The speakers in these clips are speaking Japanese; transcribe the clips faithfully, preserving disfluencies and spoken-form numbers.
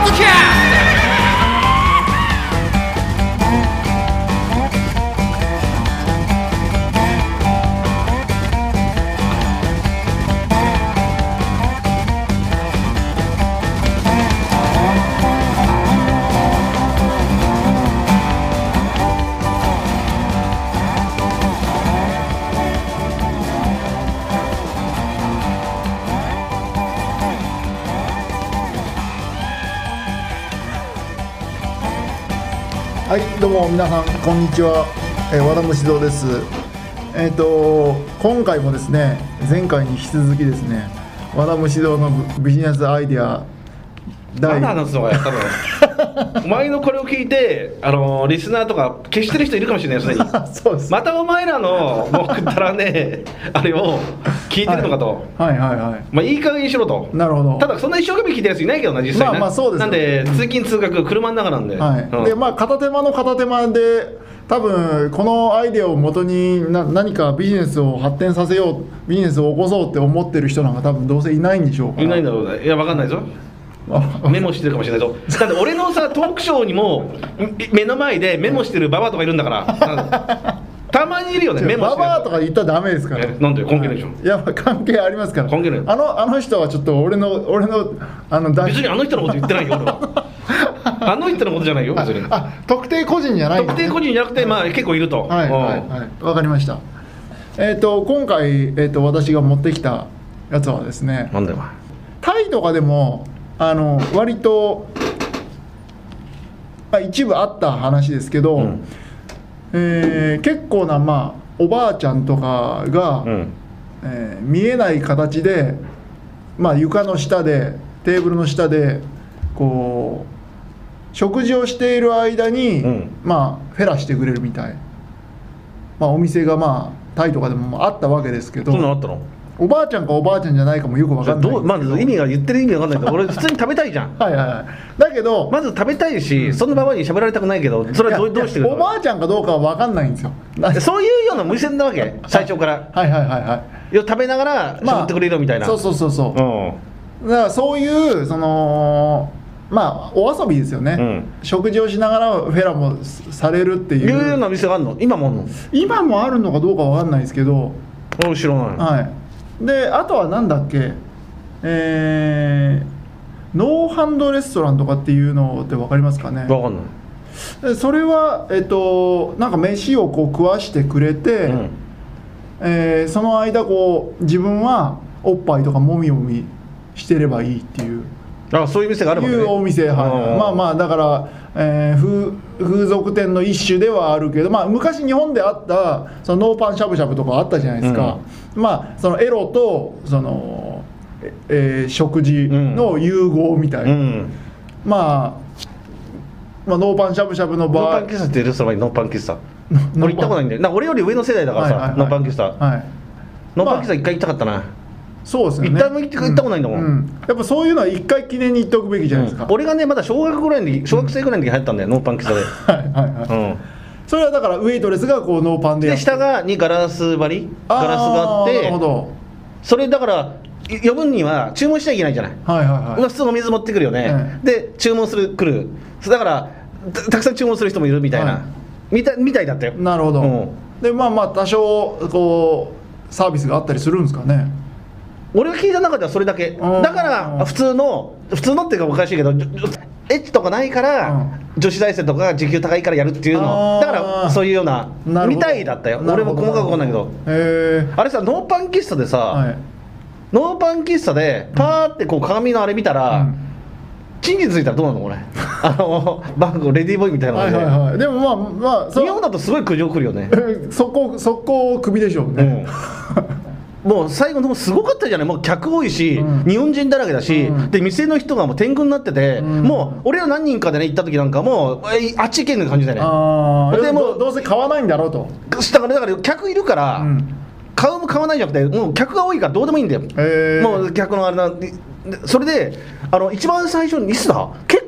ッドキャスはい、どうも皆さんこんにちは、えー、和田虫蔵です。えっ、ー、と今回もですね、前回に引き続きですね、和田虫蔵のビジネスアイデアまだ話すのがやったのよお前のこれを聞いて、あのー、リスナーとか消してる人いるかもしれないよ、すでにそうです。 またお前らのもうくったらねあれを聞いてるのかと、 はい、はいはいはい、 まあいい加減にしろと。 なるほど。 ただそんな一生懸命聞いてるやついないけどな、実際な。 まあまあそうですよ。 なんで通勤通学車の中なんで、 はい、うん、でまあ片手間の片手間で多分このアイデアをもとにな何かビジネスを発展させよう、ビジネスを起こそうって思ってる人なんか多分どうせいないんでしょうから。 いないんだろうね。いや分かんないぞメモしてるかもしれないぞ。だって俺のさトークショーにも目の前でメモしてるババアとかいるんだからたまにいるよね、メモしてるババアとか言ったらダメですから。 なんで関係ないでしょ。 いや関係ありますから。 関係ない。 あのあの人はちょっと俺の俺のあの別にあの人のこと言ってないよ俺はあの人のことじゃないよ別に。 あ、特定個人じゃないんですね。 特定個人じゃなくて、まあ結構いると。 はいはいはい、わかりました。えっ、ー、と今回、えー、と私が持ってきたやつはですね、 なんだよタイとかでもあの割と、まあ、一部あった話ですけど、うん、えー、結構な、まあ、おばあちゃんとかが、うん、えー、見えない形で、まあ、床の下でテーブルの下でこう食事をしている間に、うん、まあ、フェラしてくれるみたい、まあ、お店が、まあ、タイとかでもあったわけですけど。 そんなのあったの？ おばあちゃんかおばあちゃんじゃないかもよく分かんないんですけど、 まず意味が言ってる意味が分かんないけど俺普通に食べたいじゃんはいはいはい。だけどまず食べたいし、うん、そのままに喋られたくないけど、それはどう、どうしてるの？ おばあちゃんかどうかは分かんないんですよ。 そういうような無線なわけ最初からはいはいはいはい。 食べながら喋ってくれるみたいな、 まあ、そうそうそうそう、うん、だからそういうそのまあお遊びですよね、うん、食事をしながらフェラもされるっていういうような店があるの？今もあるの？ 今もあるのかどうか分かんないですけど。 俺知らない。 はい。であとは何だっけ、えー、ノーハンドレストランとかっていうのって分かりますかね？ 分かんない。 それは、えっと、なんか飯をこう食わしてくれて、うん、えー、その間こう自分はおっぱいとかもみもみしてればいいっていう、 あ、そういう店があるわけね。 いうお店、はい、まあまあだから、えー、風, 風俗店の一種ではあるけど、まあ、昔日本であったそのノーパンしゃぶしゃぶとかあったじゃないですか、うん、まあそのエロとその、えー、食事の融合みたいな、うん、まあまあ、ノーパンしゃぶしゃぶの場合、 ノーパン喫茶って言うその前にノーパン喫茶俺行ったことないんだよ。なんか俺より上の世代だからさ、はいはいはい、ノーパン喫茶、はい、ノーパン喫茶一回行きたかったな、まあ、 そうですよね。 一回も行ったことないんだもん、うんうん、 やっぱそういうのは一回記念に行っておくべきじゃないですか、 うん、俺がねまだ小学ぐらいに小学生ぐらいの時に流行ったんだよ、うん、ノーパン喫茶ではいはいはい、うん、 それはだからウェイトレスがこうノーパンでやってで下がにガラス張りガラスがあって、なるほど。それだから呼ぶには注文しなきゃいけないじゃない、はいはいはい、普通の水持ってくるよね、はい、で注文する来るだからた, たくさん注文する人もいるみたいな、はい、み, たみたいだったよ。 なるほど、うん、でまあまあ多少こうサービスがあったりするんですかね。 俺が聞いた中ではそれだけだから普通の普通のっていうかおかしいけどエッチとかないから、うん、女子大生とかが時給高いからやるっていうのだからそういうようなみたいだったよ。俺も細かく分かんないけどへあれさノーパン喫茶でさ、はい、ノーパン喫茶でパーってこう鏡のあれ見たら、うん、チンチンついたらどうなのこれあのバンクレディーボーイみたいなので、はいはいはい、でもまあまあ日本だとすごい苦情来るよねそこそこ首でしょうね、 うん、もう最後の方すごかったじゃない。もう客多いし、うん、日本人だらけだし、うん、で店の人がもう天狗になってて、うん、もう俺ら何人かでね行った時なんかもうあっち行けんの感じだよね。あでもどうせ買わないんだろうと。 だからだから客いるから、うん、買うも買わないじゃなくてもう客が多いからどうでもいいんだよ。もう客のあれなそれであの一番最初にいつだ結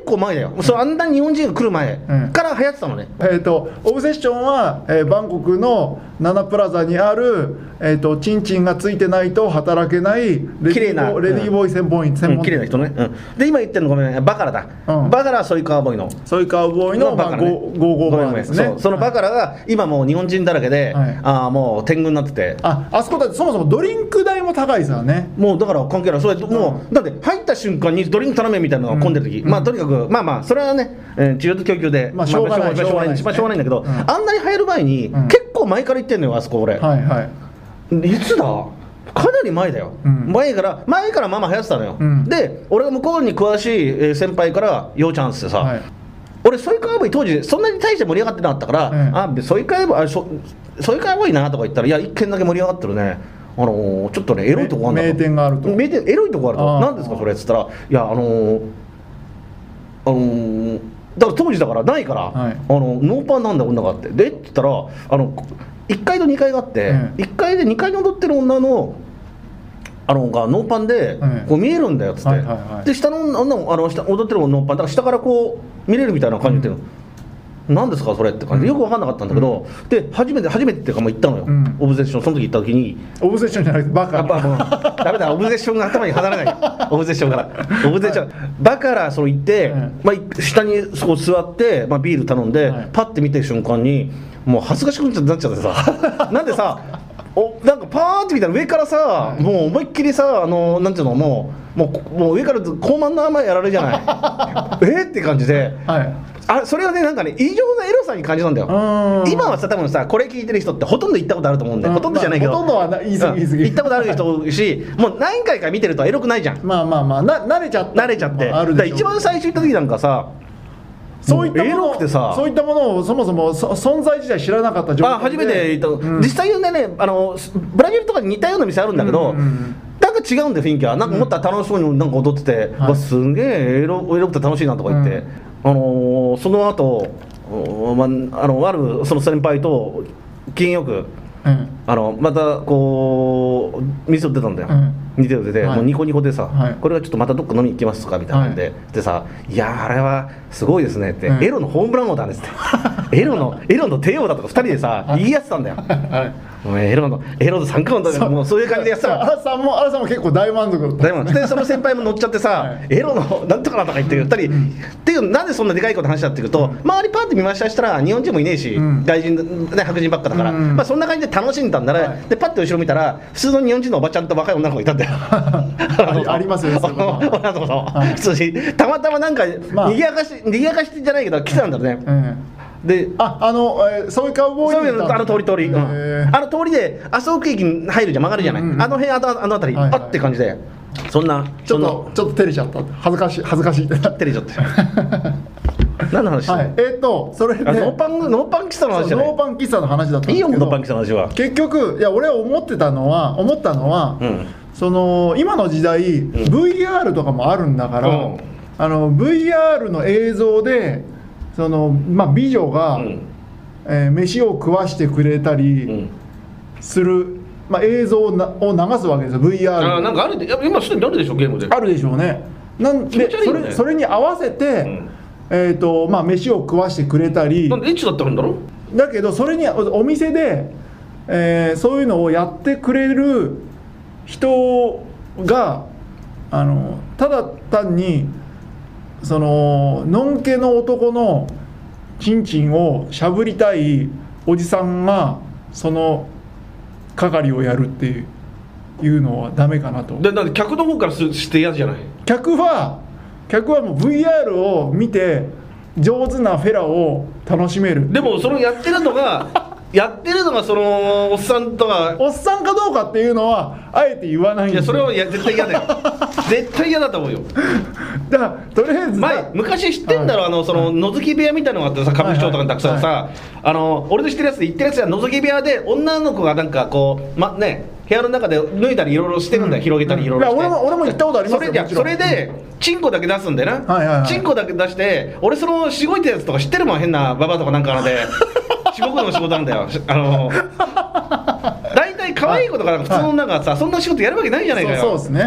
構前だよ、そうあんなに日本人が来る前から流行ってたのね、 えー、とオブセッションは、えーバンコクのナナプラザにある、えー、とチンチンがついてないと働けないレディ綺麗なーボレディーボーイ専門員専門うん綺麗な人ね、うん、で今言ってるのごめんバカラだ、 うんバカラはソイカーボーイのソイカーボーイの、まあ、 バカラねゴーゴーゴーバーですね。 そうそのバカラが今もう日本人だらけで、 はいあーもう天狗になってて、 ああそこだってそもそもドリンク代も高いですよね。 もうだから関係ない、それもうだって入った瞬間にドリンク頼めみたいなのが混んでる時、 うんまあとにかくまあまあそれはね、えー、需要と供給で、 まあしょうがないまあしょうがないしょうがないですねまあしょうがないんだけど、 うんあんなに流行る前に、 うん結構前から言ってんのよあそこ俺、 はいはい。 いつだかなり前だよ、 うん前から前からまあまあ流行ってたのよ、 うんで俺が向こうに詳しいえー先輩から「ようちゃん」っつってさ、 はい俺ソイカーボーイ当時そんなに大して盛り上がってなかったから「 うんあソイカーボーイあそソイカーボーイな」とか言ったら「いや一軒だけ盛り上がってるね、あのーちょっとねエロいとこあるんだ」 名店があると名店エロいとこあるとあー何ですかそれっつったら「いやあのーあのーだから当時だからないから、 はいあのノーパンなんだ女があってでって言ったらあのいっかいとにかいがあって、 うんいっかいでにかいに踊ってる女のあのがノーパンでうんこう見えるんだよっつって、 はいはいはいで下の女もあの下踊ってるのもノーパンだから下からこう見れるみたいな感じで言ってるの、何ですかそれって感じでよく分かんなかったんだけど、で初めて初めてっていうかもう行ったのよ、 うんオブセッションその時行った時にオブセッションじゃなくてバカあばもうダメだオブセッションが頭に離れないオブセッションからオブセッション、だからそう言って、 うんまあ、下にそう座って、まあ、ビール頼んで、 はいパッて見てる瞬間にもう恥ずかしくなっちゃってさなんでさおなんかパーって見たら上からさ、 はいもう思いっきりさあのなんていうのもうもうもう上から高慢な甘いやられるじゃないえって感じではいあそれはねなんかね異常なエロさに感じたんだようん今はさ多分さこれ聞いてる人ってほとんど行ったことあると思うんで、 うんほとんどじゃないけど、 まあほとんどはな言い過ぎ言い過ぎうん行ったことある人多いしもう何回か見てるとエロくないじゃんまあまあまあな慣れちゃった慣れちゃってあるでしょうだから一番最初行った時なんかさそういったもエロのくてさそういったものをそもそもそ存在自体知らなかった状態であ初めて行った、 うん実際ねねあのブラジルとかに似たような店あるんだけど、 うんうんうんなんか違うんだよ雰囲気はなんか思ったら楽しそうになんか踊ってて、 はいわすんげえエロエロくて楽しいなとか言って、 うんあのーその後、おまあのあるその先輩と機嫌よくうんあのまたこう店を出たんだよ、 うん似てる出て、 はいもうニコニコでさ、 はいこれはちょっとまたどっか飲みに行きますかみたいなんで、 はいでさ「いやーあれはすごいですね」って、 うんエロのホームラン王だね」っつってエロのエロの帝王だとかふたりでさ言い合ってたんだよはいもうエロのエロの三冠王だねもうそういう感じでやってたの荒さんも荒さんも結構大満足だったでもでその先輩も乗っちゃってさ、 はいエロのなんとかなとか言ってふたり、っていうなんでそんなでかいこと話したっていうと、周りパーって見ましたしたら日本人もいねえし、 うん外人、ね、白人ばっかだから、 うんまあ、そんな感じで楽しんだんだら、 はいでパッと後ろ見たら普通の日本人のおばちゃんと若い女の子がいたんだよありありますよねそういうこと女の子と、 はい普通にたまたまなんか、 まあにぎやかしにぎやかしじゃないけど来てたんだろうね、 うんでああの、えー、そういうカウボーイそういうのあの通り通り、うんへーあの通りで麻生区駅に入るじゃん曲がるじゃない、 うんうんうんあの辺あのあの辺り、 はいはいあって感じでそんなちょっそんなとちょっと照れちゃった恥ずかしい恥ずかしいってな照れちゃって何の話してるはいえーっとそれであノーパンノーパン喫茶の話じゃないそうノーパン喫茶の話だったんいいよノーですけどパン喫茶の話は結局いや俺は思ってたのは思ったのは、 うんその今の時代、ブイアール とかもあるんだから、 うんあの ブイアール の映像でその、まあ、美女が、 うんえー飯を食わしてくれたうりんする、まあ、映像をなを流すわけですよ ブイアールあなんかあるでいや今すでにあるでしょゲームであるでしょうねなん気持でそち悪いよねれそれに合わせて、 んえーとまあ、飯を食わしてくれたりなんでエッチだったんだろだけどそれにお店で、えーそういうのをやってくれる人があのただ単にそののんけの男のチンチンをしゃぶりたいおじさんがその係をやるっていういうのはダメかなと。 でなんで客の方からすして嫌じゃない客は客はもう ブイアール を見て上手なフェラを楽しめる。 でもそのやってるのがやってるのがそのおっさんとかおっさんかどうかっていうのはあえて言わないんいですよ。 やそれはいや絶対嫌だよ絶対嫌だと思うよだからとりあえず前昔知ってんだろ、 はいあのその覗き部屋みたいなのがあってさ歌舞伎町とかにたくさんさ、 はあの俺の知ってるやつで言ってるやつは覗き部屋で女の子がなんかこうまね部屋の中で脱いだりいろいろしてるんだよ、 うん広げたりいろいろして、 いや俺も俺も行ったことありますよそれでもちろんそれでチンコだけ出すんだよな、 はいはいはいチンコだけ出して俺そのしごいたやつとか知ってるもん変なババアとかなんかのでしごくの仕事なんだよあの大体可愛い子とかなんか普通の女がさそんな仕事やるわけないじゃないかよそうそうですね。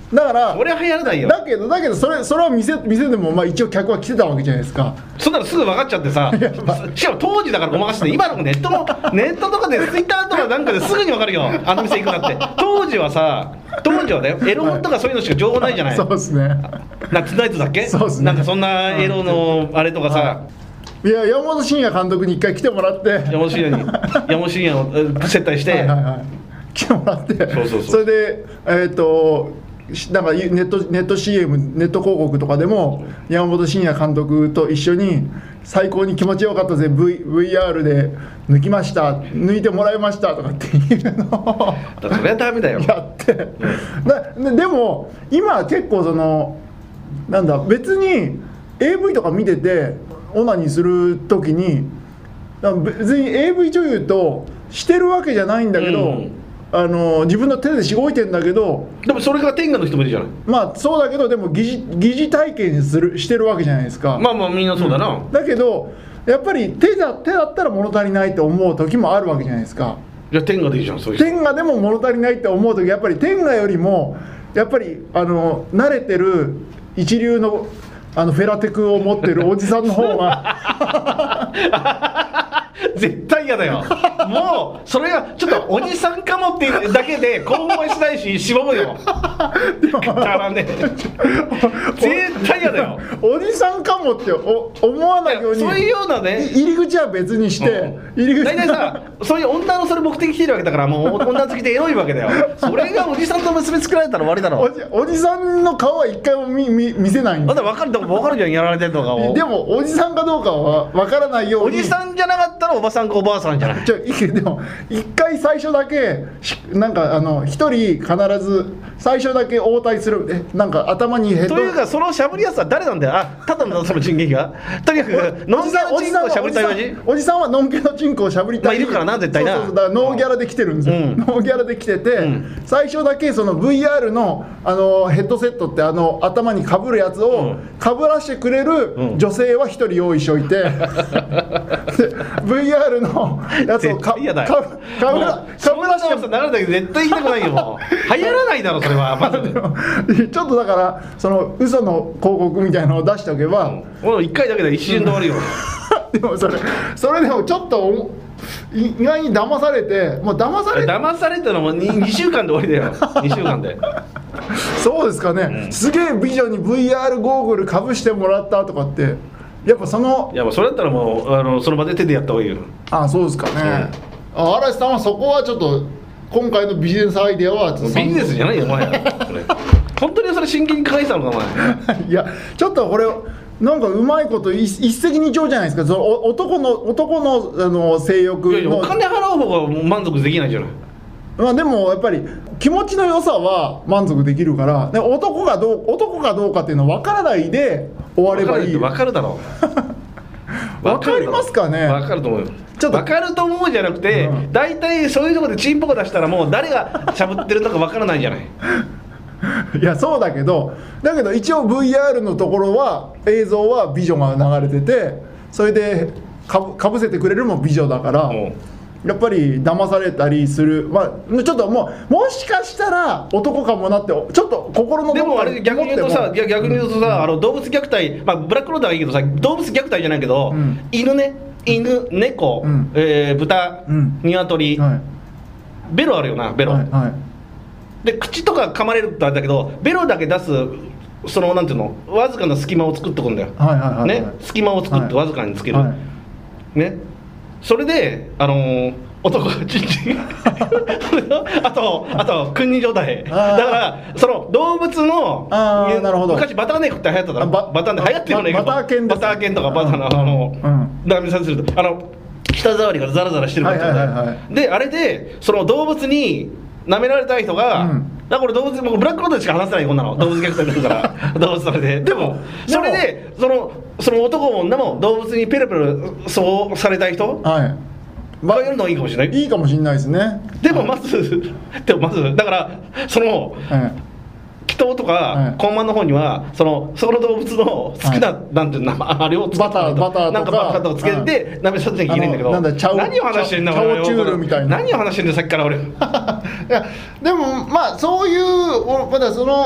だからそれは流行らないよ。 だけどだけどそれそれは店店でもまあ一応客は来てたわけじゃないですか。 そんなのすぐ分かっちゃってさ、しかも当時だからごまかして、今のネットのネットとかでツイッターとかなんかですぐに分かるよ、あの店行くなって。当時はさ、当時はね、エロ本とかそういうのしか情報ないじゃない。 そうですね。 ナッツナイトだっけ？ そうですね。 なんかそんなエロのあれとかさ。 いや山本慎也監督に一回来てもらって、 山本慎也に山本慎也を接待して、はいはいはい、 来てもらって、そうそうそう、それでえー、っとなんかネットネット シーエム ネット広告とかでも山本慎也監督と一緒に最高に気持ちよかったぜ v ブイアール で抜きました抜いてもらいましたとかっていうのをだそれはダメだよやって、うん、だでも今結構そのなんだ別に エーブイ とか見ててオナニーする時に別に エーブイ 女優としてるわけじゃないんだけど、うん、あの自分の手でしごいてんだけど、 でもそれが天下の人もいるじゃない。 まあそうだけどでも疑似、疑似体験するしてるわけじゃないですか。 まあまあみんなそうだな、 うん、だけどやっぱり手だ手だったら物足りないって思う時もあるわけじゃないですか。 じゃあ天下でいいじゃん。そういう人天下でも物足りないって思う時やっぱり天下よりもやっぱりあの慣れてる一流のあのフェラテクを持ってるおじさんの方が絶対嫌だよ。もうそれがちょっとおじさんかもっていうだけで興奮しないししぼむよ。だからね絶対嫌だよ。 おじさんかもってお思わないように、 そういうようなね入り口は別にして、うん、入り口大体さそういう女のそれ目的来てるわけだからもう女好きでエロいわけだよ。それがおじさんと結びつけられたら終わりだろ。 おじ、おじさんの顔は一回も 見, 見, 見せないんです。 まだ分かるとこ分かるじゃんやられてるとかを。 でもおじさんかどうかは分からないように。 おじさんじゃなかったらおばさんかおばあさんじゃない。 じゃでも一回最初だけなんかあの一人必ず最初だけ応対するえなんか頭にヘッドというかそのしゃぶりやつは誰なんだよ。あただのその人間がとにかくノンギャラチンコをしゃぶりたいわじ。 おじさんはノンギャラチンコをしゃぶりたい、 まあ、いるからな絶対な。 そうそうそうだからノーギャラで来てるんですよ、うん、ノーギャラで来てて、うん、最初だけその ブイアール の, あのヘッドセットってあの頭にかぶるやつをかぶらしてくれる女性は一人用意しといて、うん、ブイアール のやつをか嫌だよ。 かかぶらかぶらして流れたけど絶対言いたくないよ。もう流行らないだろそれはまずちょっとだからその嘘の広告みたいなのを出しておけば、 もういっかいだけで一瞬で終わるよ。 でもそれそれでもちょっと意外に騙されてもう騙されて騙されたのも 2, にしゅうかんで終わりだよ。にしゅうかんでそうですかね、うん、すげえ美女に ブイアール ゴーグルかぶしてもらったとかってやっぱそのいやもうそれだったらもうあのその場で手でやった方がいいよ。 ああそうですかね、うん、嵐さんはそこはちょっと今回のビジネスアイデアはビジネスじゃないよお前本当にそれ真剣に考えてたのかお前いやちょっとこれなんかうまいこと一石二鳥じゃないですか。その男の男のあの性欲のいやいやお金払う方が満足できないじゃない。 まあでもやっぱり気持ちの良さは満足できるからで男がどう男かどうかっていうのは分からないで終わればいい。 分かるだろう分かりますかね。 分かると思うよ。ちょっと分かると思うじゃなくて、うん、大体そういうところでチンポコ出したらもう誰がしゃぶってるとか分からないじゃない。 いやそうだけどだけど一応 ブイアール のところは映像は美女が流れててそれでか ぶ, かぶせてくれるも美女だから、うん、やっぱり騙されたりする、まあ、ちょっともうもしかしたら男かもなってちょっと心のでもあれ逆に言うとさ逆に言うとさ、うん、あの動物虐待、まあ、ブラックロードはいいけどさ動物虐待じゃないけど、うん、犬ね犬猫、うんえー、豚、うん、鶏、はい、ベロあるよなベロ、はいはいで口とか噛まれるとあれだけどベロだけ出すそのなんていうのわずかな隙間を作っておくんだよ、はいはいはいはい、ね隙間を作ってわずかにつける、はいはい、ねそれであのー、男がチンチンあとあと君に状態だからその動物のあなるほど昔バターネックって流行っただろババターネック流行ってるねバター犬バター犬とかバターのあのダメさせるとあの舌触りがザラザラしてるから、はいはいはいはい、であれでその動物に舐められたい人が、うん、だからこれ動物僕ブラックロードでしか話せないこんなの動物虐待するから動物それででもそれでそのその男も女も動物にペロペロそうされたい人はいまあやるのはいいかもしれないいいかもしれないですねでもまずでもまずだからその、はい祈祷とかコンマンの方にはそのその動物の好きな、はい、なんていうのあれをつけてバターバターとかなんかバターとかつけて舐めさせなきゃいけないんだけど何を話してんだ俺チャオチュールみたいな何を話してんださっきから俺いやでもまあそういうまだその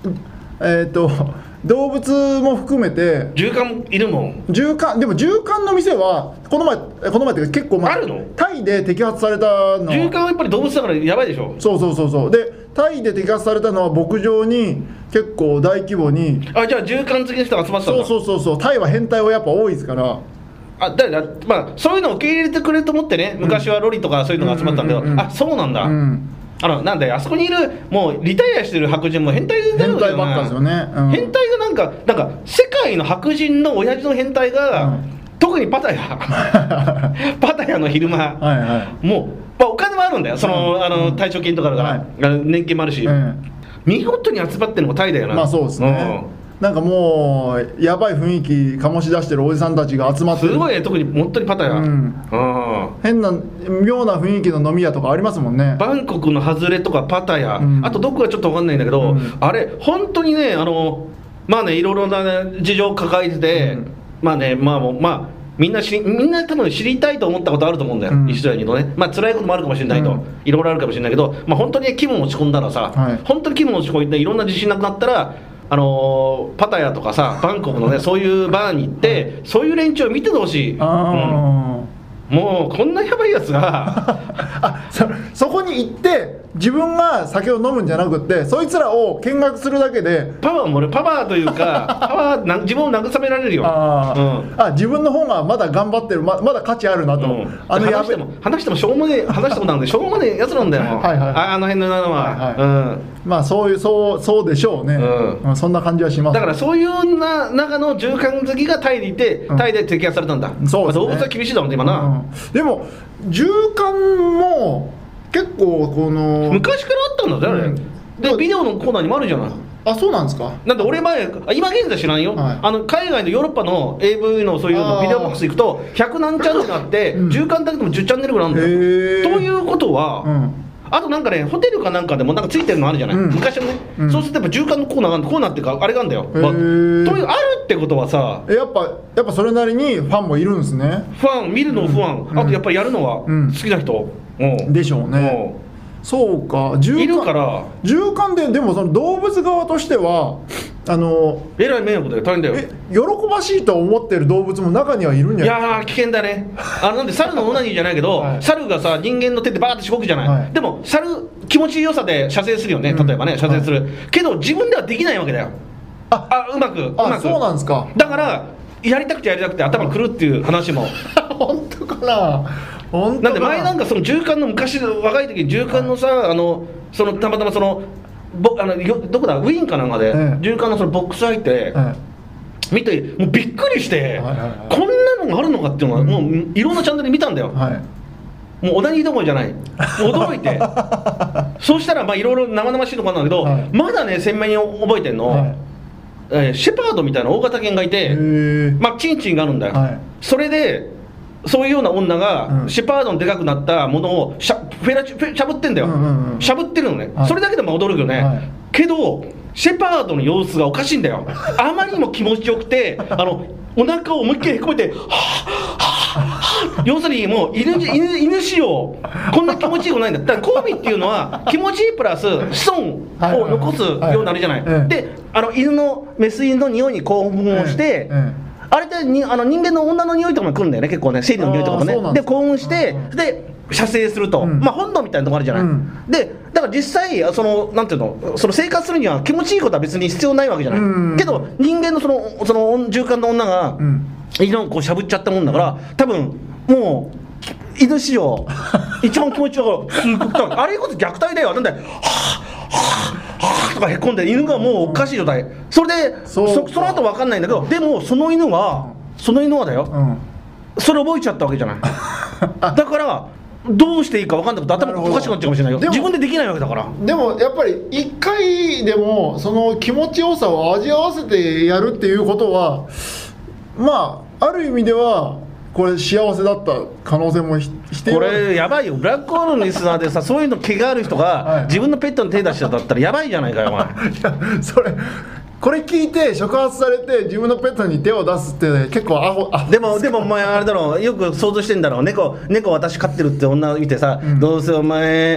えっと動物も含めて獣館いるもん。 獣館でも獣館の店はこの前この前っていうか結構前あるの？ タイで摘発されたの。 獣館はやっぱり動物だからやばいでしょ。 そうそうそうそう。でタイで摘発されたのは牧場に結構大規模に。 あ、じゃあ獣館好きな人が集まってたんだ。 そうそうそうそう。タイは変態はやっぱ多いですから。 あ、だからまあそういうのを受け入れてくれると思ってね、昔はロリとかそういうのが集まったんだけど、うんうんうんうん、あ、そうなんだ。うん、あのなんであそこにいるもうリタイアしてる白人も変態だよね。 変態ばっかですよね、うん、変態がなんかなんか世界の白人の親父の変態が、うん、特にパタヤパタヤの昼間、はいはい、もう、まあ、お金もあるんだよ、その、うん、あの退職金とかあるから、はい、年金もあるし、うん、見事に集まってるのがタイだよな。 まあそうですね、うん、なんかもうやばい雰囲気醸し出してるおじさんたちが集まってる。 すごいね、特に本当にパタヤ、うん、 あ変な妙な雰囲気の飲み屋とかありますもんね。 バンコクの外れとかパタヤ、うん、あとどこかちょっと分かんないんだけど、うん、あれ本当にね、あのまあねいろいろな、ね、事情を抱えてて、うん、まあねまあもうまあみんな知りみんな多分知りたいと思ったことあると思うんだよ、うん、一緒やけどね、まあ辛いこともあるかもしれないと、うん、いろいろあるかもしれないけど、まあ本当に気分落ち込んだらさ、はい、本当に気分落ち込んでいろんな自信なくなったら、あのー、パタヤとかさバンコクのねそういうバーに行ってそういう連中を見ててほしい。あ、うん、もうこんなやばいやつがあ そ, そこに行って自分が酒を飲むんじゃなくってそいつらを見学するだけでパワーもねパワーというかパワーな自分を慰められるよ。あ、 うん、あ自分の方がまだ頑張ってる ま, まだ価値あるなと、うん、 あの話しても話してもしょうもねえ話したことなんでしょうもねえやつなんだよはい、はい、あ, あの辺ののは、はいはい、うん、まあそういうそうそうでしょうね、うん、そんな感じはします。 だからそういうな中の獣館好きがタイにいて、うん、タイで摘発されたんだ。そうですね、まあ、動物は厳しいだろうね今な、うん、 でも獣館も結構この昔からあったんだぜあれ、うん、でビデオのコーナーにもあるじゃない。 あ、そうなんですか。 なんで俺前今現在知らんよ、はい、あの海外のヨーロッパの エーブイ のそういうのビデオボックス行くとひゃく何チャンネルがあって獣館だけでもじゅうチャンネルぐらいあるんだよ。ということは、うん、あとなんかねホテルかなんかでもなんかついてるのあるじゃない、うん、昔のね、うん、そうするとやっぱ獣館のコーナーがあるコーナーっていうかあれがあるんだよ、まあ、というあるってことはさやっぱやっぱそれなりにファンもいるんですね。 ファン見るのファン、うん、あとやっぱりやるのは好きな人、 うん、でしょうね。そうか、 いるから獣館ででもその動物側としてはあのえらい迷惑だよ、大変だよ。え喜ばしいと思ってる動物も中にはいるんじゃない。 いやー危険だねあのなんで猿のオナニーじゃないけど、はい、猿がさ人間の手でバーってしごくじゃない、はい、でも猿気持ちよさで射精するよね、例えばね、うん、射精する、はい、けど自分ではできないわけだよ。ああうまくうまくそうなんですか。 だからやりたくてやりたくて頭狂うっていう話も本当かな。本当かな。 なんで前なんかその獣館の昔若い時に獣館のさ、はい、あのそのたまたまそのぼあのよどこだウィーンかなんかで、ええ、獣館のそのボックス入って、ええ、見てもうびっくりして、はいはいはい、こんなのがあるのかっていうのは、うん、もういろんなチャンネル見たんだよ、はい、もう小田切どころじゃない驚いてそうしたらまあいろいろ生々しいのかなんだけど、はい、まだね鮮明に覚えてんの、はい、えー、シェパードみたいな大型犬がいて、まあチンチンがあるんだよ、はい、それでそういうような女が、うん、シェパードのでかくなったものをしゃフェラチフェしゃぶってんだよ、うんうんうん、しゃぶってるのね、はい、それだけでも驚くよね、はい、けどシェパードの様子がおかしいんだよあまりにも気持ちよくてあのお腹を思いっきりへこめてはぁはぁはぁ要するにもう 犬, 犬, 犬仕様こんな気持ちよくないんだ。だから交尾っていうのは気持ちいいプラス子孫を残すようになるじゃない、はいはいはい、であの犬のメス犬の匂いに興奮をして、はいはい、あれってにあの人間の女の匂いとかも来るんだよね、結構ね、生理の匂いとかもね。で興奮してで射精すると、うん、まあ本能みたいなとこあるじゃない、うん、でだから実際そのなんていうのその生活するには気持ちいいことは別に必要ないわけじゃない、うん、けど人間のそのその獣館の女が、うん、犬をこうしゃぶっちゃったもんだから多分もう犬史上一番気持ちよくすごくあれこそ虐待だよ。なんではぁはぁはぁとかへこんで犬がもうおかしい状態、それで そ, その後分かんないんだけど、でもその犬はその犬はだよ、うん、それ覚えちゃったわけじゃないだからどうしていいか分かんなくて頭おかしくなっちゃうかもしれないよ。自分でできないわけだから。 でもやっぱり一回でもその気持ちよさを味わわせてやるっていうことはまあある意味ではこれ幸せだった可能性も否定。 これやばいよ。ブラックホールのリスナーでさそういうの毛がある人が、はい、自分のペットに手出しちゃったらやばいじゃないかよお前いやそれこれ聞いて触発されて自分のペットに手を出すって、ね、結構アホ。あでもでもお前あれだろうよく想像してんだろう。猫猫私飼ってるって女見てさ、うん、どうせお前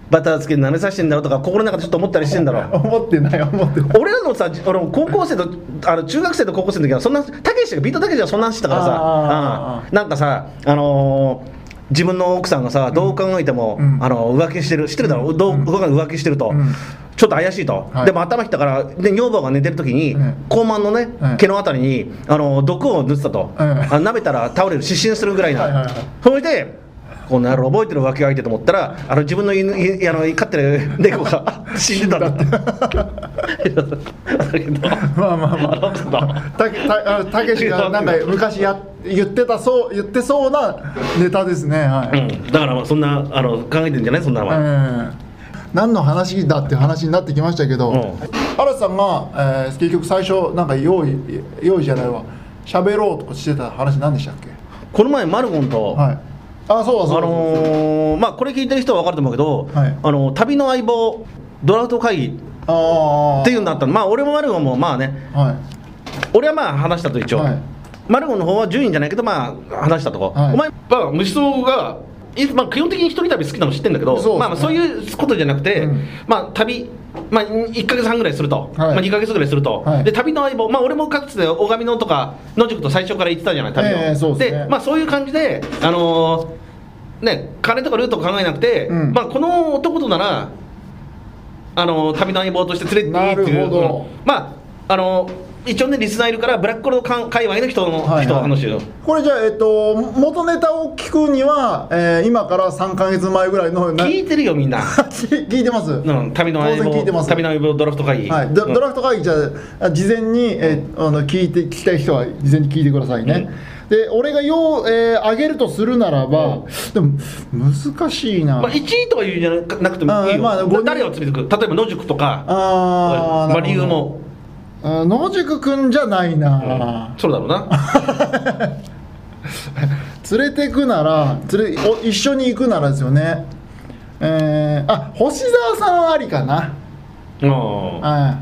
バターつけて舐めさせてんだろうとか心の中でちょっと思ったりしてんだろう思ってない思ってない。 俺らのさ、俺も高校生とあの中学生と高校生の時はそんなたけしがビートたけしがそんな話してたからさ、うん、なんかさあのー自分の奥さんがさどう考えても、うん、あの浮気してる知ってるだろう、うん、どう浮気してると、うん、ちょっと怪しいと、はい、でも頭きたからで女房が寝てる時に、うん、肛門のね、うん、毛のあたりにあの毒を塗ってたと、うん、あ舐めたら倒れる失神するぐらいな、はいはいはい、それでこの野郎覚えてる浮気相手と思ったらあの自分の犬あの飼ってる猫が死んでたんだってまあまあまあたけたたけしがなんか昔や言ってたそう言ってそうなネタですね、はい、 うん、だからまあそんなあの考えてるんじゃないそんなのは、えー、何の話だっていう話になってきましたけど、うん、原さんが、えー、結局最初なんか用意用意じゃないわ喋ろうとかしてた話何でしたっけ。 この前マルゴンと、はい、 あそうだそうだ、あのー、まあこれ聞いてる人は分かると思うけど、はい、あの旅の相棒ドラフト会議っていうんだったの。まあ俺もマルゴンもまあね、はい、俺はまあ話したと一応、はい、マルゴンの方はじゅうにんじゃないけどまあ話したとこ、はい、お前は虫草が、まあ、基本的に一人旅好きなの知ってるんだけど、そう、ね、まあ、まあそういうことじゃなくて、うん、まあ旅まあ、いっかげつはんぐらいすると、はい、まあ、にかげつぐらいすると、はい、で旅の相棒、まあ、俺もかつて大神野とか野宿と最初から行ってたじゃない旅の、えー そうですね、で、まあ、そういう感じで、あのーね、金とかルートを考えなくて、うん、まあ、この男となら、あのー、旅の相棒として連れていいっていう、うん、まああのー一応ねリスナーいるからブラックコールド界隈の人の、はいはい、人の話をこれじゃあ、えっと、元ネタを聞くには、えー、今からさんかげつまえぐらいの聞いてるよみんな聞いてます、うん、 旅の相棒聞いてます旅の相棒ドラフト会議、 はい、ド, ドラフト会議じゃあ事前に、えー、あの聞いて聞きたい人は事前に聞いてくださいね、うん、で俺がよう、えー、上げるとするならば、うん、でも難しいな、 まあ、いちいとか言うんじゃなくてもいいよ、まあ、誰を連れてくる例えば野宿とかあ、まあ、理由も野宿くんじゃないな、 うん、そうだろうな連れてくなら連れお一緒に行くならですよね、えー、あ星沢さんはありかな、はい、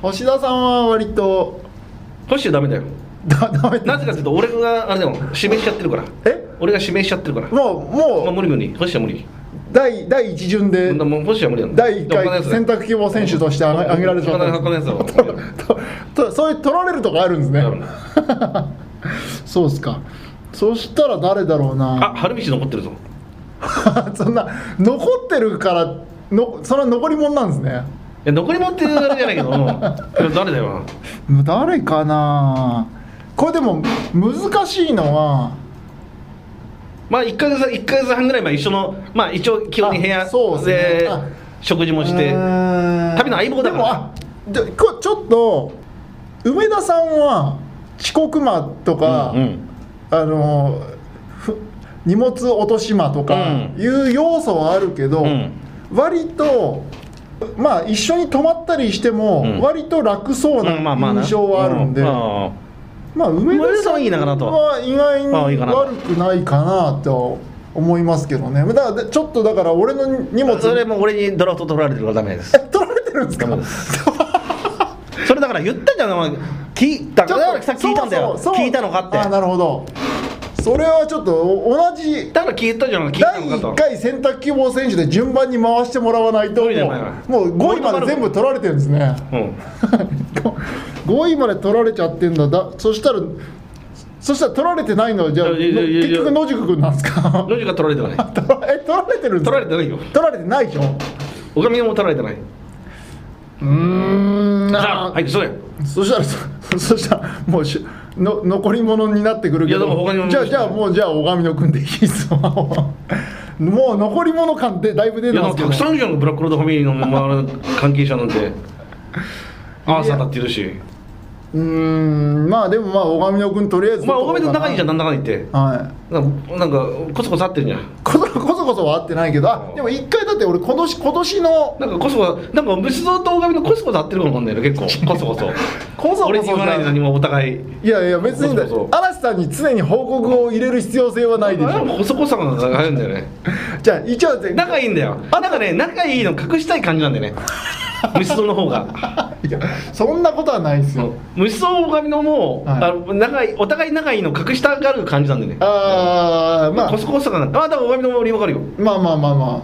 星沢さんは割と星はダメだよだダメなぜかというと俺があれでも指名しちゃってるからえ俺が指名しちゃってるからもうもう、まあ、無理無理星は無理第第一順でだいいっかい選択希望選手として挙げられちゃったそういう取られるとこあるんですねそうですか。そしたら誰だろうなあ春道残ってるぞそんな残ってるからのそれは残り物なんですね。 いや残り物っていうあれじゃないけど誰だよな誰かな。これでも難しいのはまあいっかげついっかげつはんぐらい前一緒のまあ一応基本に部屋で食事もして旅の相棒だから。 でもあちょっと梅田さんは遅刻魔とか、うんうん、あの荷物落とし魔とかいう要素はあるけど、うん、割とまあ一緒に泊まったりしても割と楽そうな印象はあるんで。まあ梅田さんは意外に悪くないかなと思いますけどね。だからちょっとだから俺の荷物それも俺にドラフト取られてるからダメです。 取られてるんですか。 それだから言ったじゃん。聞いたからさっき聞いたんだよ。聞いたのかって。 あなるほど。それはちょっと同じだから聞いたじゃん。 だいいっかい選択希望選手で順番に回してもらわないともう、もうごいまで全部取られてるんですね、うん、ごいまで取られちゃってんだ。だそしたらそしたら取られてないのはじゃあ結局野宿くんなんですか。 野宿が取られてないえ取られてるんですか。 取られてないよ。 取られてないでしょ。 おかみも取られてない。 うーんじゃあはいそうや。 そしたら そ, そしたらもうしの残り物になってくるけどじゃあじゃあもうじゃあ小上野くんでいいですわもう残り物感でだいぶ出てますけど。 たくさんいるじゃんブラックロードファミリーの、まあ、関係者なんてアーサーだって言うし。 うーんまあでもまあ小上野くんとりあえずまあ小上野仲いいじゃんなんだかんだ言って、はい、なんかなんかコソコソ合ってるじゃん。 コソコソコソは合ってないけどあでも一回だって俺今年今年のなんかコソコソなんか虫蔵と小上野コソコソ合ってるかもわかんないよ結構コソコソコソコソ俺に言わないで何もお互い。 いやいや別に嵐さんに常に報告を入れる必要性はないでしょ。 コソコソが入るんだよねじゃあ一応仲いいんだよ。あなんかね仲いいの隠したい感じなんだよね虫蔵の方がいやそんなことはないですよ。 虫蔵大神のもう、はい、あの仲いいお互い仲いいの隠したがる感じなんでね。 ああまあコソコソがなあだから大神のも俺分かるよ。 まあまあまあまあ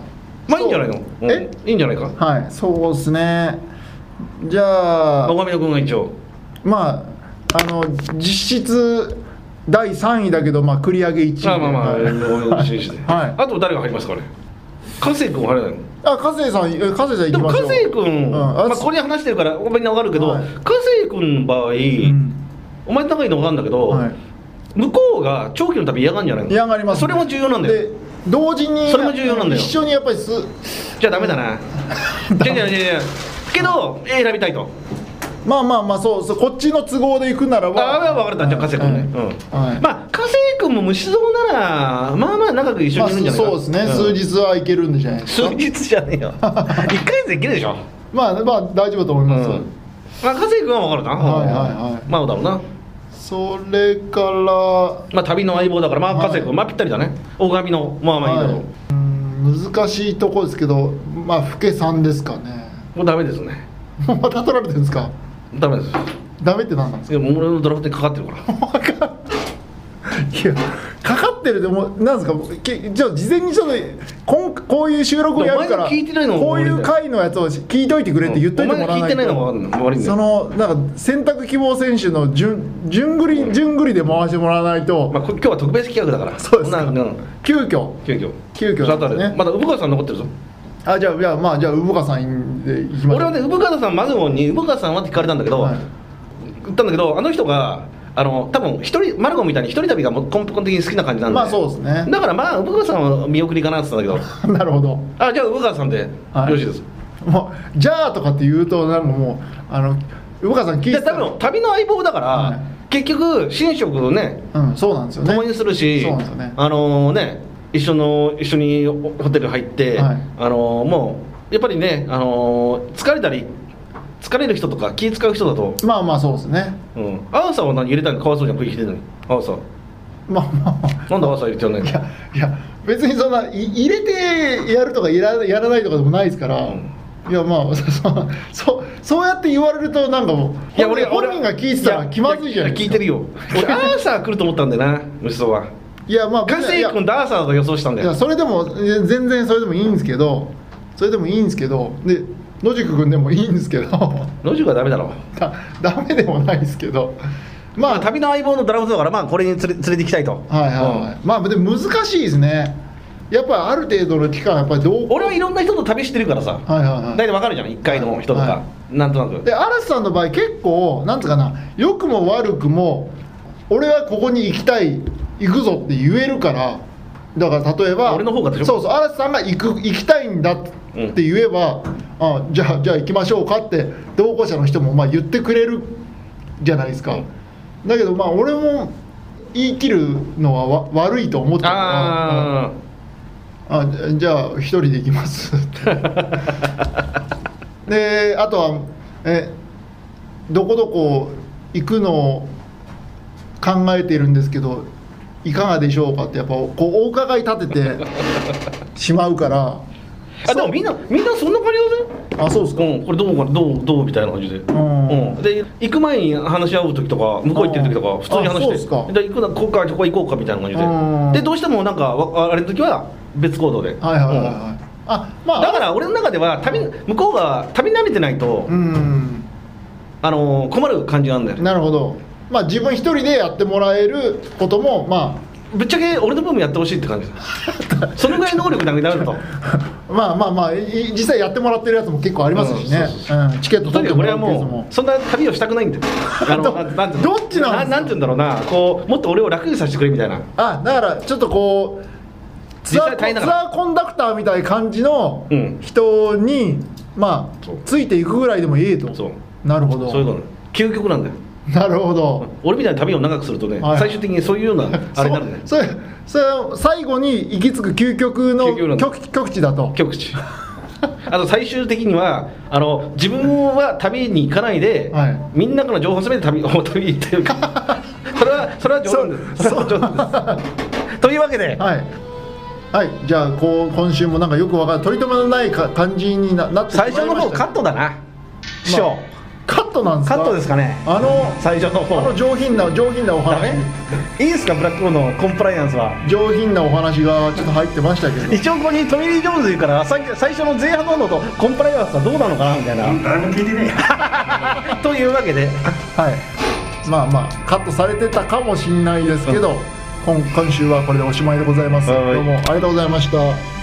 まあいいんじゃないの、うん、 えいいんじゃないか。 はい、そうですね。じゃあ小上野君が一応まああの実質だいさんいだけど、まあ、繰り上げいちいで、 まあまあまあ、 はいはい、あと誰が入りますかね。加瀬君は入らないの。 あ、加瀬さん、加瀬さん行きましょう。 でも加瀬君、 うん、 まあ、ここに話してるからみんな分かるけど、はい、加瀬君の場合、うん、お前仲いいの分かるんだけど、はい、向こうが長期の旅嫌がるんじゃないの。 嫌がります、ね、 それも重要なんだよ。で同時にそれも重要なんだよ。 一緒にやっぱりすじゃあダメだなじゃあじゃあじゃあけど A 選びたいと。 まあまあまあそうそう、こっちの都合で行くならば、 ああ分かれた。じゃあ加瀬君ね、うん、はい、まあ加瀬君も虫像ならまあまあ長く一緒にいるんじゃないか、 まあ、そうですね、うん、数日はいけるんじゃないですか。 数日じゃねえよいっかげつでいけるでしょまあまあ大丈夫だと思います、うん、 まあ加瀬君は分かるな。 はいはいはい、 まあだろうな。 それからまあ旅の相棒だから、まあ加瀬君、はい、まあぴったりだね。大神のまあまあいいだろう、はい、 うん難しいとこですけど、まあ老けさんですかね。 もうダメですねもうまた取られてるんですか。 ダメです。 ダメって何なんですか。 いやもう俺のドラフトにかかってるからいやかかってるでもなんですか。じゃあ事前にちょっとこんこういう収録をやるからこういう回のやつを聞いといてくれって言っといてもらわないと。お前聞いてないのが悪いんだよ。そのなんか選択希望選手の順順繰り順繰りで回してもらわないと。 まあ今日は特別企画だから。 そうですか。急遽急遽急遽ですね。 まだ産川さん残ってるぞ。 あ、じゃあ、いや、まあ、じゃあ、産川さんで行きましょう。 俺はね、産川さん、マズモンに、産川さんはって聞かれたんだけど、はい、言ったんだけど、あの人が、あの、多分一人、マルコみたいに一人旅が根本的に好きな感じなんで、 まあ、そうですね。 だから、まあ、産川さんは見送りかなって言ったんだけど、なるほど。 あ、じゃあ、産川さんで、はい、よろしいです。 もう、じゃあとかって言うと、なんかもう、あの、産川さん聞いてた。 多分旅の相棒だから、はい、結局、寝食をね、 うん、そうなんですよね。 共にするし、そうなんですよね。あのね、一緒の、一緒にホテル入って、はい、あのもう、やっぱりね、あのー、疲れたり疲れる人とか気使う人だとまあまあそうですね。 うん。アーサーは何入れたのかわいそうじゃん。食い切れるのにアーサーまあまあなんでアーサー入れちゃうの。いやいや別にそんな入れてやるとかやら、やらないとかでもないですから、うん、いやまあそそそうやって言われるとなんかもういや俺本人が聞いてたら気まずいじゃないですか。 聞いてるよ俺アーサー来ると思ったんだよな虫そば。いやまあ加瀬君とアーサーと予想したんだよ。 いやそれでも全然それでもいいんですけどそれでもいいんですけどで野宿君でもいいんですけど野宿はダメだろだダメでもないですけどまあ、まあ、旅の相棒のドラフトだからまあこれに連れ連れて行きたいと。 はいはい、はい、うん、まあでも難しいですね。やっぱりある程度の期間やっぱりどう俺はいろんな人と旅してるからさ、はいはいはい、大体わかるじゃんいっかいの人とか、はいはい、なんとなくで嵐さんの場合結構なんつうかな良くも悪くも俺はここに行きたい行くぞって言えるからだから例えば俺の方がでしょ。 そうそう嵐さんが行く行きたいんだって言えば、うん、あじゃあじゃあ行きましょうかって同行者の人もまあ言ってくれるじゃないですか、うん、だけどまあ俺も言い切るのはわ悪いと思ってるからああじゃあ一人で行きますであとはえどこどこ行くのを考えているんですけどいかがでしょうかってやっぱこうお伺い立ててしまうからあでもみんなみんなそんな感じだぜ。 あそうですか、 うん、これどうかなどうどうみたいな感じで、うんうん、で行く前に話し合う時とか向こう行ってる時とか普通に話してで行くなここからここ行こうかみたいな感じででどうしてもなんかあれの時は別行動で、はいはいはい、はい、うん、あまあだから俺の中では旅向こうが旅慣れてないとうんあの困る感じなんだよ。 なるほど。まあ自分一人でやってもらえることもまあぶっちゃけ俺の分もやってほしいって感じそのぐらい能力なくなるとまあまあまあ実際やってもらってるやつも結構ありますしね、うん、チケット取ってもらうケースも。 俺はもうそんな旅をしたくないんだよあのどなんどっちなんですか。 なんて言うんだろうなこうもっと俺を楽にさせてくれみたいな。 あだからちょっとこうツアー、ツアーコンダクターみたいな感じの人に、うん、まあついていくぐらいでもいいと。そうなるほど。 そういうの究極なんだよ。 なるほど。 俺みたいな旅を長くするとね、はい、最終的にそういうようなあれになるねそれそれ最後に行き着く究極の極極地だと。 極地あと最終的にはあの自分は旅に行かないで、はい、みんなから情報を集めて旅旅行ってるそれはそれは冗談です。それは冗談ですというわけではいはい、じゃあこう今週もなんかよくわかる取り留めのないか感じに な, なって最初の方カットだな師匠、まあ、 カットトなんですか？ カットですかね。 あの最初の方あの上品な上品なお話、 いいですかブラックホールのコンプライアンスは。 上品なお話がちょっと入ってましたけど一応ここにトミー・リー・ジョーンズ言うからさ最初の前半ののとコンプライアンスはどうなのかなみたいな誰も聞いてねえというわけではいまあまあカットされてたかもしれないですけど、うん、今, 今週はこれでおしまいでございます。どうもありがとうございました。